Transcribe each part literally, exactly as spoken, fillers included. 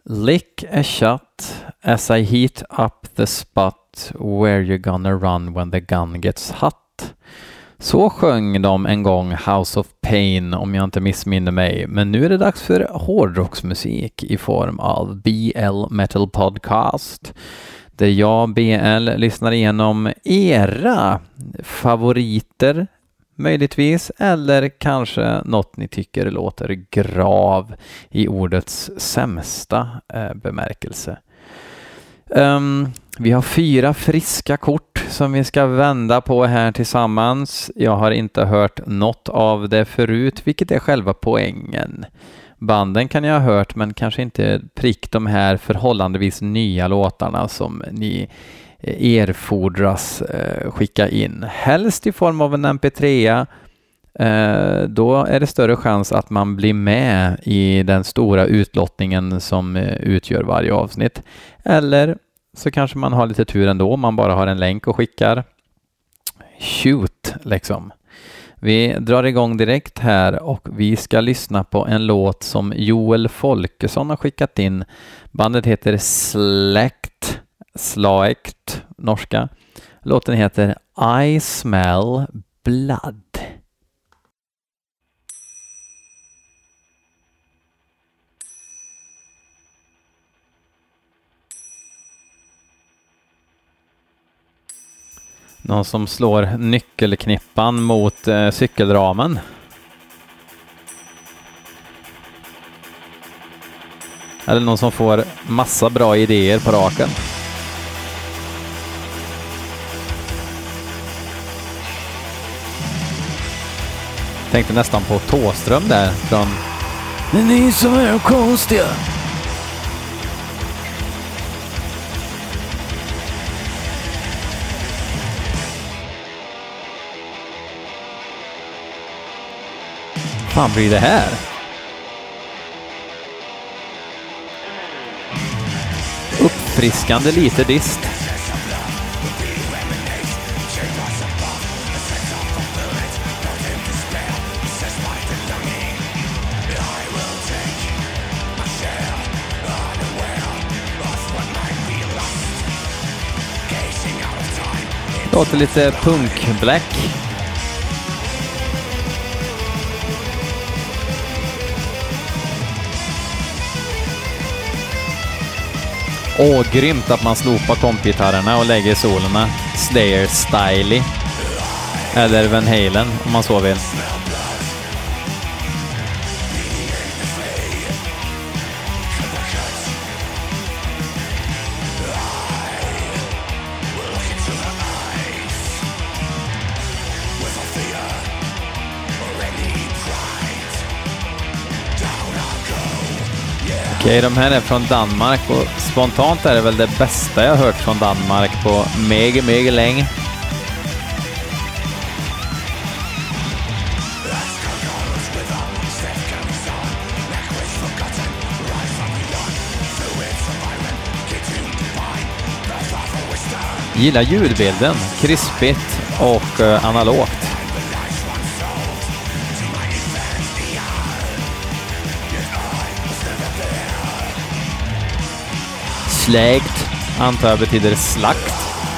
Lick a shot as I heat up the spot where you're gonna run when the gun gets hot. Så sjöng de en gång House of Pain, om jag inte missminner mig. Men nu är det dags för hårdrocksmusik i form av B L Metal Podcast, där jag, B L, lyssnar igenom era favoriter, möjligtvis, eller kanske något ni tycker låter grav i ordets sämsta eh, bemärkelse. Um, vi har fyra friska kort som vi ska vända på här tillsammans. Jag har inte hört något av det förut, vilket är själva poängen. Banden kan jag ha hört, men kanske inte prick de här förhållandevis nya låtarna som ni erfordras eh, skicka in. Helst i form av en M P tre. Eh, då är det större chans att man blir med i den stora utlottningen som eh, utgör varje avsnitt. Eller så kanske man har lite tur ändå, man bara har en länk och skickar. Shoot, liksom. Vi drar igång direkt här och vi ska lyssna på en låt som Joel Folkesson har skickat in. Bandet heter Släkt, Slaekt, norska. Låten heter I Smell Blood. Någon som slår nyckelknippan mot eh, cykelramen. Eller någon som får massa bra idéer på raken. Tänkte nästan på Tåström där från... Det är ni som är konstiga. Vad blir det här? Uppfriskande lite dist. Låter lite punk-black. Åh, grymt att man slopar kompgitarrerna och lägger solerna Slayer-styly. Eller Van Halen, om man så vill. Okej, de här är från Danmark och spontant är det väl det bästa jag har hört från Danmark på mega, mega länge. Gillar ljudbilden, krispigt och uh, analogt. Släkt antar jag betyder slakt.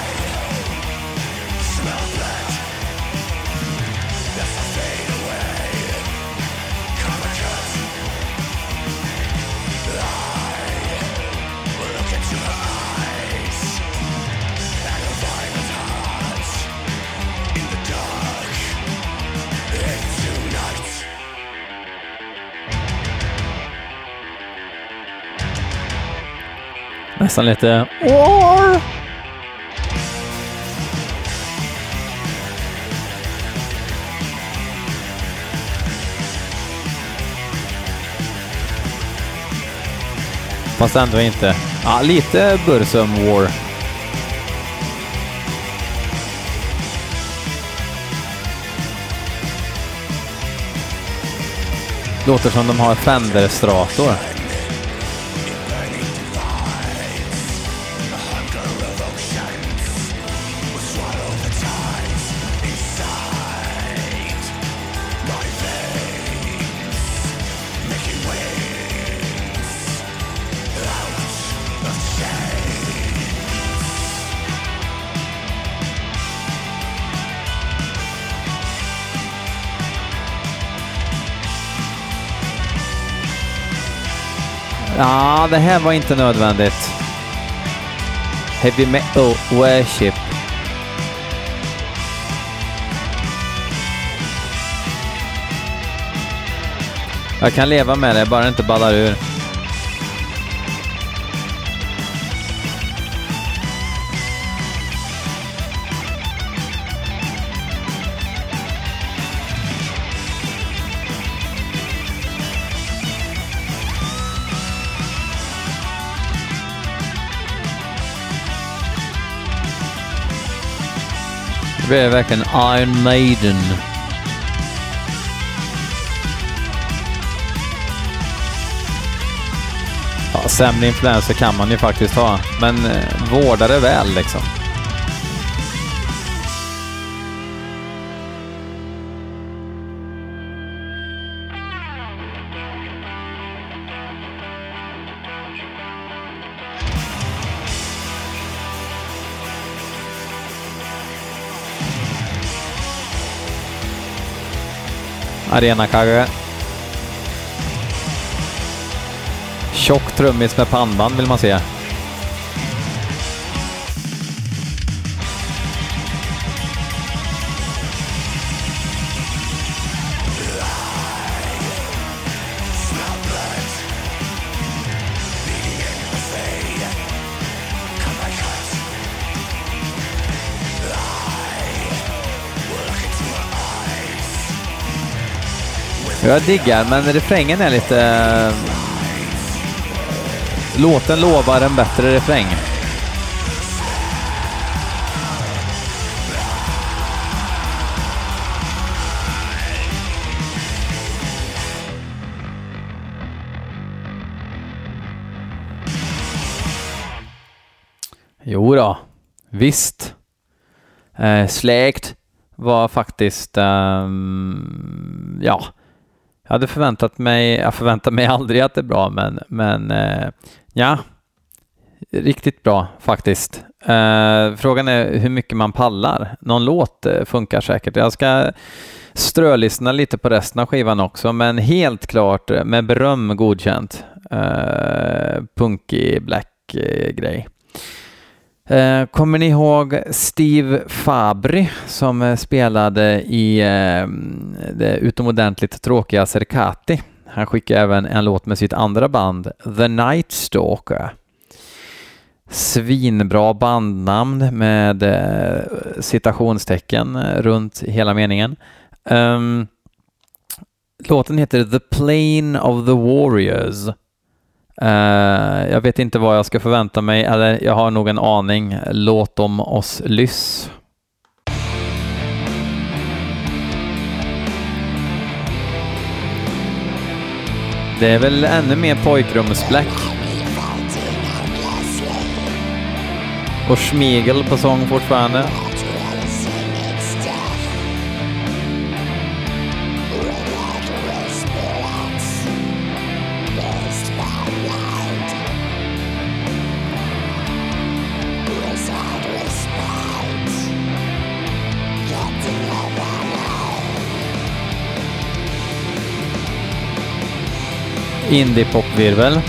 Nästan lite War. Fast ändå inte. Ja, lite Bursum War. Låter som de har Fender-strator. Ja, det här var inte nödvändigt. Heavy Metal Worship. Jag kan leva med det, bara inte ballar ur. Det är verkligen Iron Maiden. Ja, sämre influenser kan man ju faktiskt ha, men eh, vårda det väl liksom. Arena Kagge. Tjock trummis med pannband vill man se. Jag diggar, men refrängen är lite... Äh, låten lovar en bättre refräng. Jo då, visst. Eh, Släkt var faktiskt... Ähm, ja... Jag hade förväntat mig, jag förväntar mig aldrig att det är bra, men, men eh, ja, riktigt bra faktiskt. Eh, frågan är hur mycket man pallar. Någon låt eh, funkar säkert. Jag ska strölyssna lite på resten av skivan också, men helt klart med beröm godkänt. Eh, punky black eh, grej. Eh, kommer ni ihåg Steve Fabry som spelade i eh, det utomordentligt tråkiga Cercati? Han skickade även en låt med sitt andra band, The Night Stalker. Svinbra bandnamn med eh, citationstecken runt hela meningen. Um, låten heter The Plane of the Warriors. Uh, jag vet inte vad jag ska förvänta mig, eller jag har nog en aning. Låt om oss lyss. Det är väl ännu mer pojkrumsblack. Och Schmegel på sång fortfarande. Indie-popvirvel.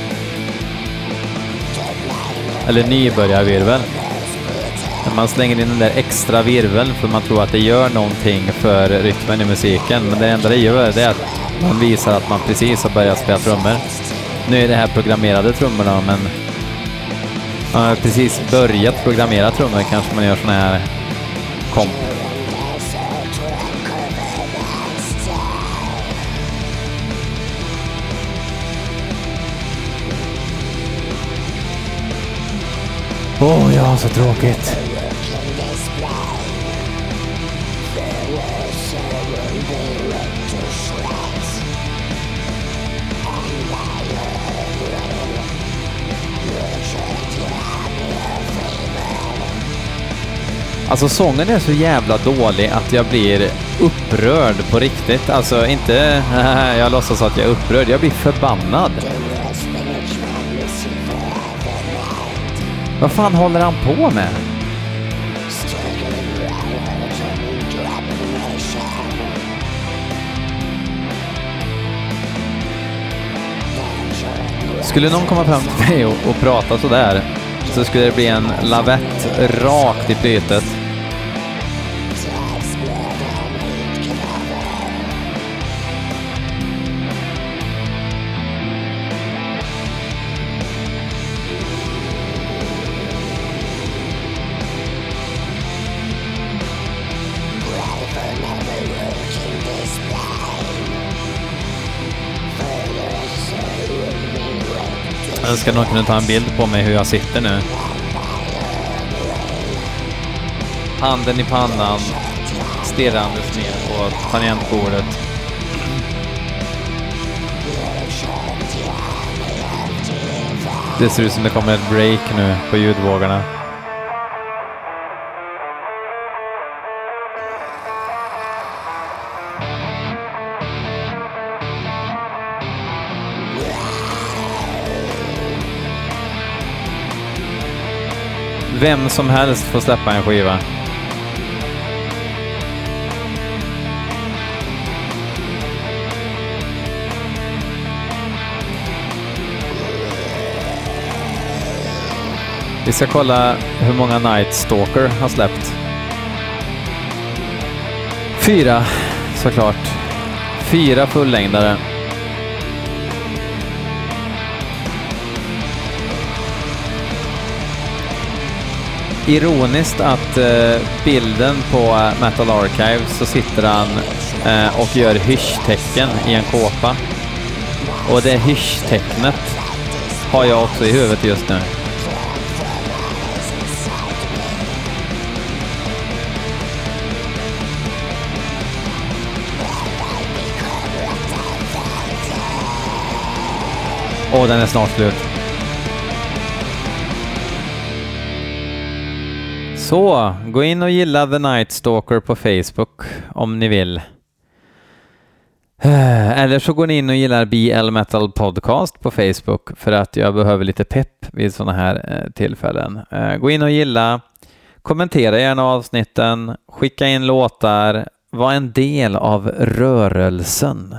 Eller nybörjarvirvel. När man slänger in den där extra virveln för man tror att det gör någonting för rytmen i musiken. Men det enda det gör det är att man visar att man precis har börjat spela trummor. Nu är det här programmerade trummorna, men man har precis börjat programmera trummor, kanske man gör såna här komp. Åh, oh, ja, så tråkigt. Alltså sången är så jävla dålig att jag blir upprörd på riktigt. Alltså inte, jag låtsas att jag är upprörd, jag blir förbannad. Vad fan håller han på med? Skulle någon komma fram till mig och, och prata så där, så skulle det bli en lavett rakt i plytet. Jag ska nog kunna ta en bild på mig hur jag sitter nu. Handen i pannan, stirrandes ner på tangentbordet. Det ser ut som det kommer ett break nu på ljudvågorna. Vem som helst får släppa en skiva. Vi ska kolla hur många Night Stalker har släppt. Fyra, såklart. Fyra fullängdare. Ironiskt att eh, bilden på eh, Metal Archive så sitter han eh, och gör hysch-tecken i en kåpa. Och det hysch-tecknet har jag också i huvudet just nu. Åh, den är snart slut. Så, gå in och gilla The Night Stalker på Facebook om ni vill. Eller så går ni in och gillar B L Metal Podcast på Facebook för att jag behöver lite pepp vid sådana här tillfällen. Gå in och gilla, kommentera gärna avsnitten, skicka in låtar, var en del av rörelsen.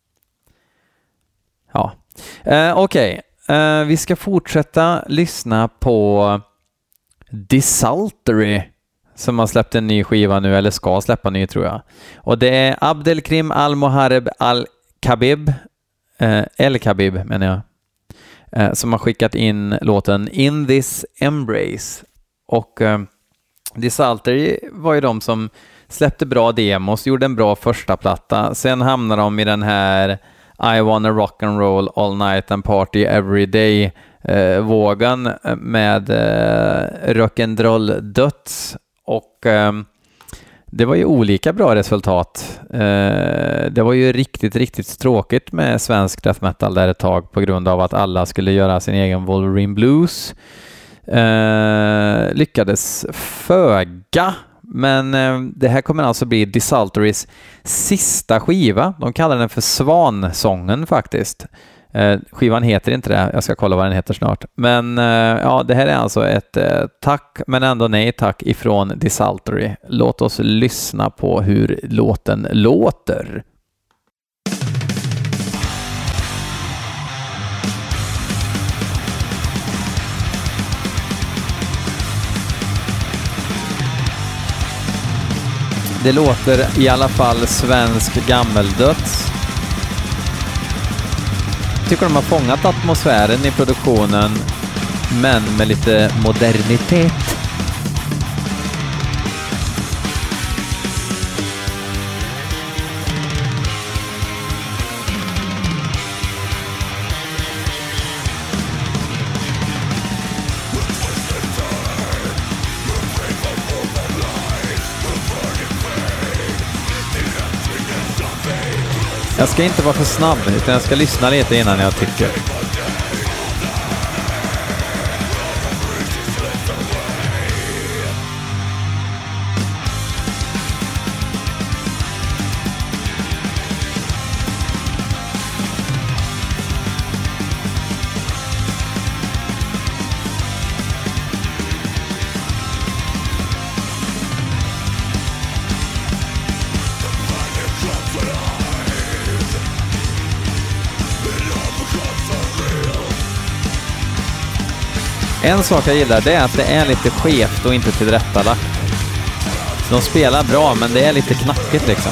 Ja, eh, okej. Okay. Eh, vi ska fortsätta lyssna på Desultory som har släppt en ny skiva nu, eller ska släppa ny tror jag. Och det är Abdelkrim Al-Mohareb Al-Khabib, eh, El-Khabib menar jag, eh, som har skickat in låten In This Embrace. Och eh, Desultory var ju de som släppte bra demos, gjorde en bra första platta. Sen hamnade de i den här I wanna rock and roll all night and party every day eh, vågen med eh, rock'n'roll döds, och eh, det var ju olika bra resultat. Eh, det var ju riktigt, riktigt tråkigt med svensk death metal där ett tag på grund av att alla skulle göra sin egen Wolverine Blues. Eh, lyckades föga. Men eh, det här kommer alltså bli Desultorys sista skiva. De kallar den för Svansången faktiskt. Eh, skivan heter inte det. Jag ska kolla vad den heter snart. Men eh, ja, det här är alltså ett eh, tack men ändå nej tack ifrån Desultory. Låt oss lyssna på hur låten låter. Det låter i alla fall svensk gammeldöds. Tycker de har fångat atmosfären i produktionen, men med lite modernitet. Jag ska inte vara för snabb, utan jag ska lyssna lite innan jag tycker. Come En sak jag gillar, det är att det är lite skevt och inte tillrättalagt. De spelar bra, men det är lite knackigt liksom.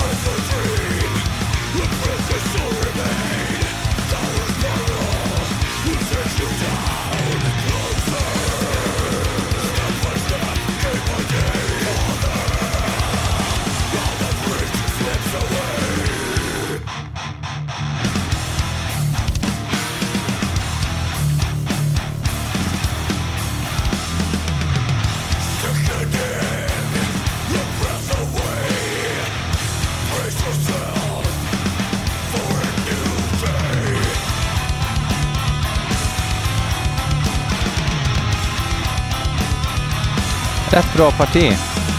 Rätt bra parti.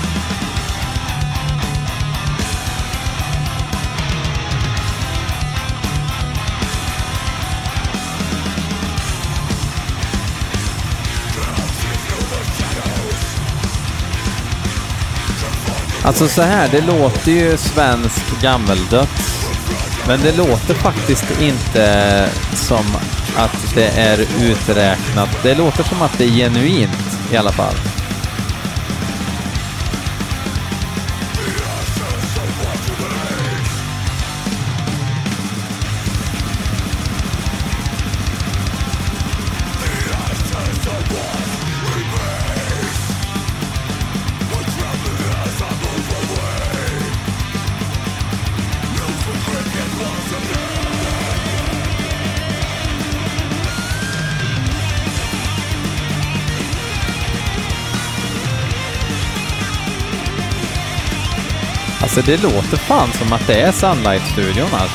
Alltså så här, det låter ju svensk gammeldöds. Men det låter faktiskt inte som att det är uträknat. Det låter som att det är genuint i alla fall. Alltså det låter fan som att det är Sunlight-studion alltså.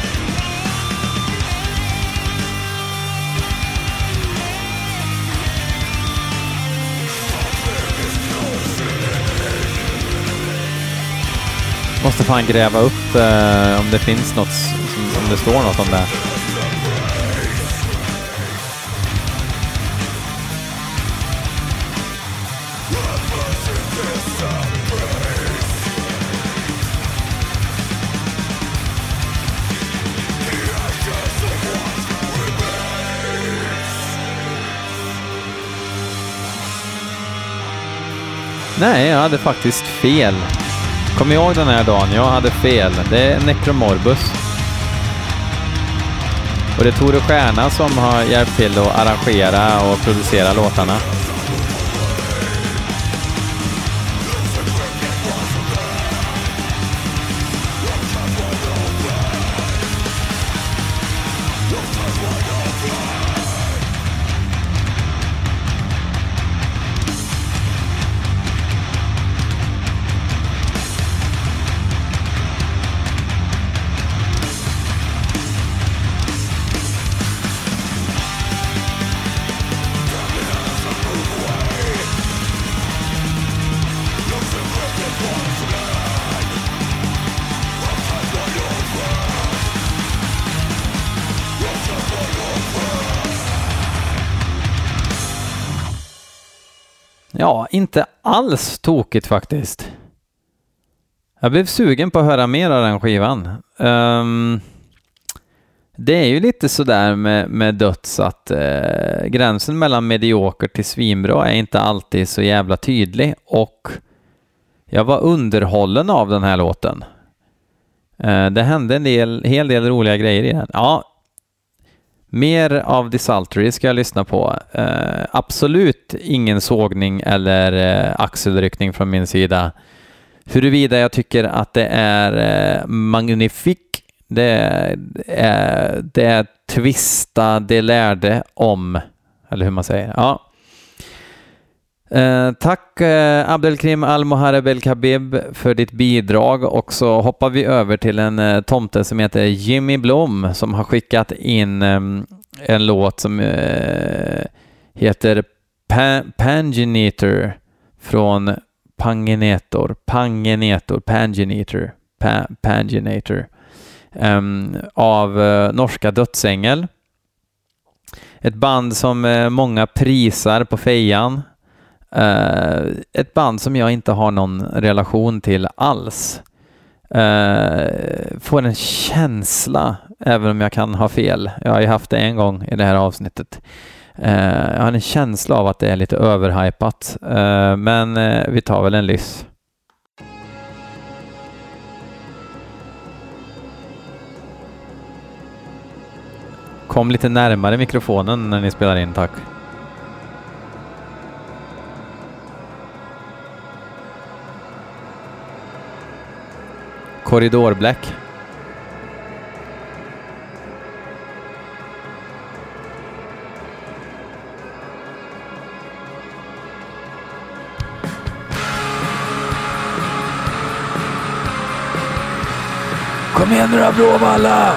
Måste fan gräva upp eh, om det finns något, om det står något om det. Nej, jag hade faktiskt fel. Kom ihåg den här dagen, jag hade fel. Det är Necromorbus. Och det är Tore Stjärna som har hjälpt till att arrangera och producera låtarna. Ja, inte alls tokigt faktiskt. Jag blev sugen på att höra mer av den skivan. Um, det är ju lite sådär med, med döds att uh, gränsen mellan medioker till svinbra är inte alltid så jävla tydlig. Och jag var underhållen av den här låten. Uh, det hände en del, hel del roliga grejer i den. Ja, mer av Desultory ska jag lyssna på. Uh, absolut ingen sågning eller uh, axelryckning från min sida. Huruvida jag tycker att det är uh, magnifik, det är, uh, det är twista, det lärde om, eller hur man säger. Ja. Uh, tack uh, Abdelkrim Al-Mohareb El-Khabib för ditt bidrag, och så hoppar vi över till en uh, tomte som heter Jimmy Blom som har skickat in um, en låt som uh, heter pa- Panginator från Panginator Panginator Panginator pa- Panginator um, av uh, norska Dödsängel, ett band som uh, många prisar på fejan. Uh, ett band som jag inte har någon relation till alls. Uh, får en känsla, även om jag kan ha fel. Jag har ju haft det en gång i det här avsnittet. Uh, jag har en känsla av att det är lite överhypat, uh, men uh, vi tar väl en lyss. Kom lite närmare mikrofonen när ni spelar in, tack. Korridor Black. Kom igen nu då, Bråvalla!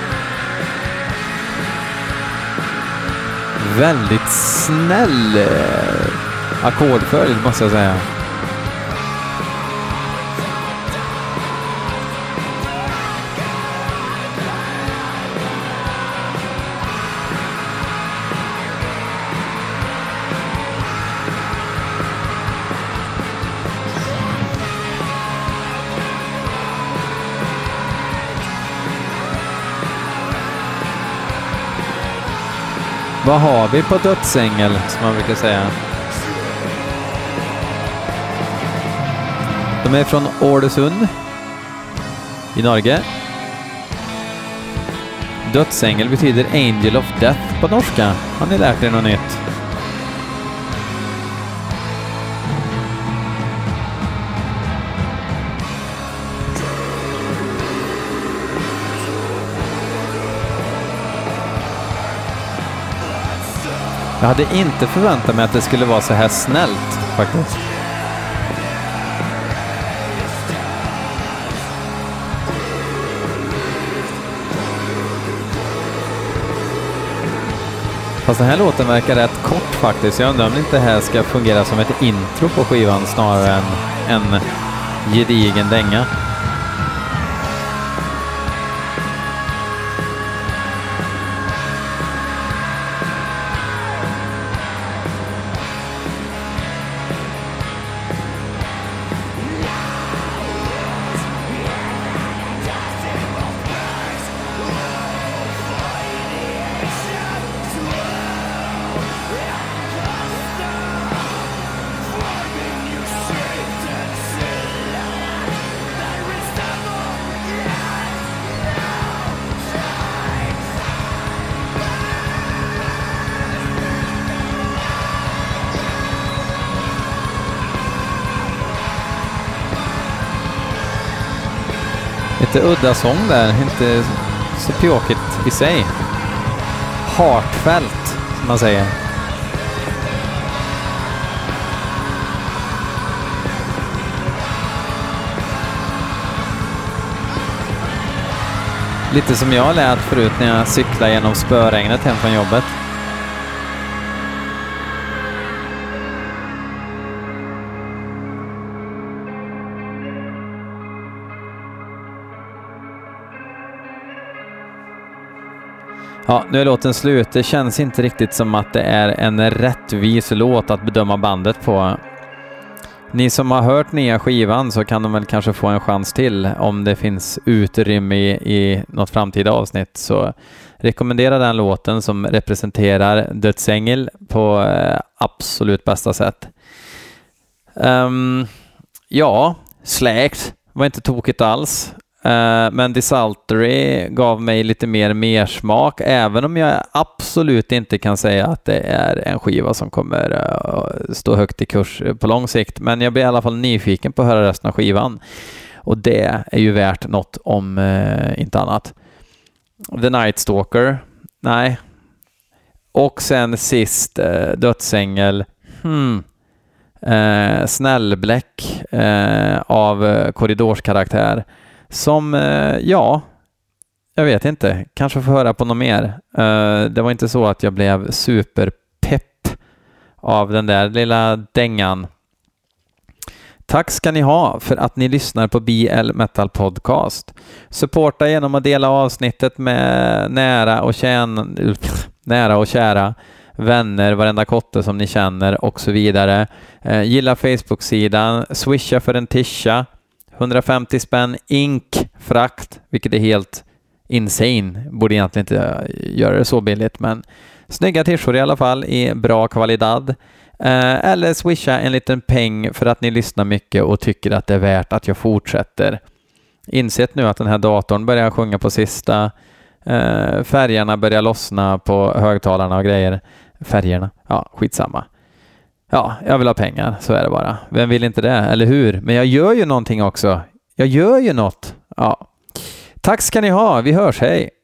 Väldigt snäll eh, ackordföljd måste jag säga. Vad har vi på dödsängel, som man brukar säga? De är från Ålesund i Norge. Dödsängel betyder Angel of Death på norska. Har ni lärt er något nytt? Jag hade inte förväntat mig att det skulle vara så här snällt, faktiskt. Fast den här låten verkar rätt kort faktiskt. Jag undrar om det inte här ska fungera som ett intro på skivan snarare än en gedigen dänga. Lite udda sång där, inte så pjåkigt i sig. Heartfelt, som man säger. Lite som jag lät förut när jag cyklade genom spöregnet hem från jobbet. Ja, nu är låten slut. Det känns inte riktigt som att det är en rättvis låt att bedöma bandet på. Ni som har hört nya skivan så kan de väl kanske få en chans till om det finns utrymme i, i något framtida avsnitt. Så rekommendera den låten som representerar Dödsängel på eh, absolut bästa sätt. Um, ja, Släkt var inte tokigt alls. Uh, men Desultory gav mig lite mer mersmak, även om jag absolut inte kan säga att det är en skiva som kommer uh, stå högt i kurs på lång sikt. Men jag blir i alla fall nyfiken på att höra resten av skivan. Och det är ju värt något om uh, inte annat. The Night Stalker, nej. Och sen sist uh, Dödsängel. Hmm. Uh, Snällbläck uh, av uh, korridorskaraktär. Som, uh, ja, jag vet inte. Kanske får höra på något mer. Uh, det var inte så att jag blev superpepp av den där lilla dängan. Tack ska ni ha för att ni lyssnar på B L Metal Podcast. Supporta genom att dela avsnittet med nära och, tjän... nära och kära vänner, varenda kotte som ni känner och så vidare. Uh, gilla Facebook-sidan, swisha för en tisha. hundrafemtio spänn ink frakt, vilket är helt insane. Borde egentligen inte göra det så billigt, men snygga t-shirts i alla fall i bra kvalitet. Eh, eller swisha en liten peng för att ni lyssnar mycket och tycker att det är värt att jag fortsätter. Insett nu att den här datorn börjar sjunga på sista. Eh, färgerna börjar lossna på högtalarna och grejer. Färgerna, ja, skitsamma. Ja, jag vill ha pengar, så är det bara. Vem vill inte det, eller hur? Men jag gör ju någonting också. Jag gör ju något. Ja. Tack ska ni ha, vi hörs, hej!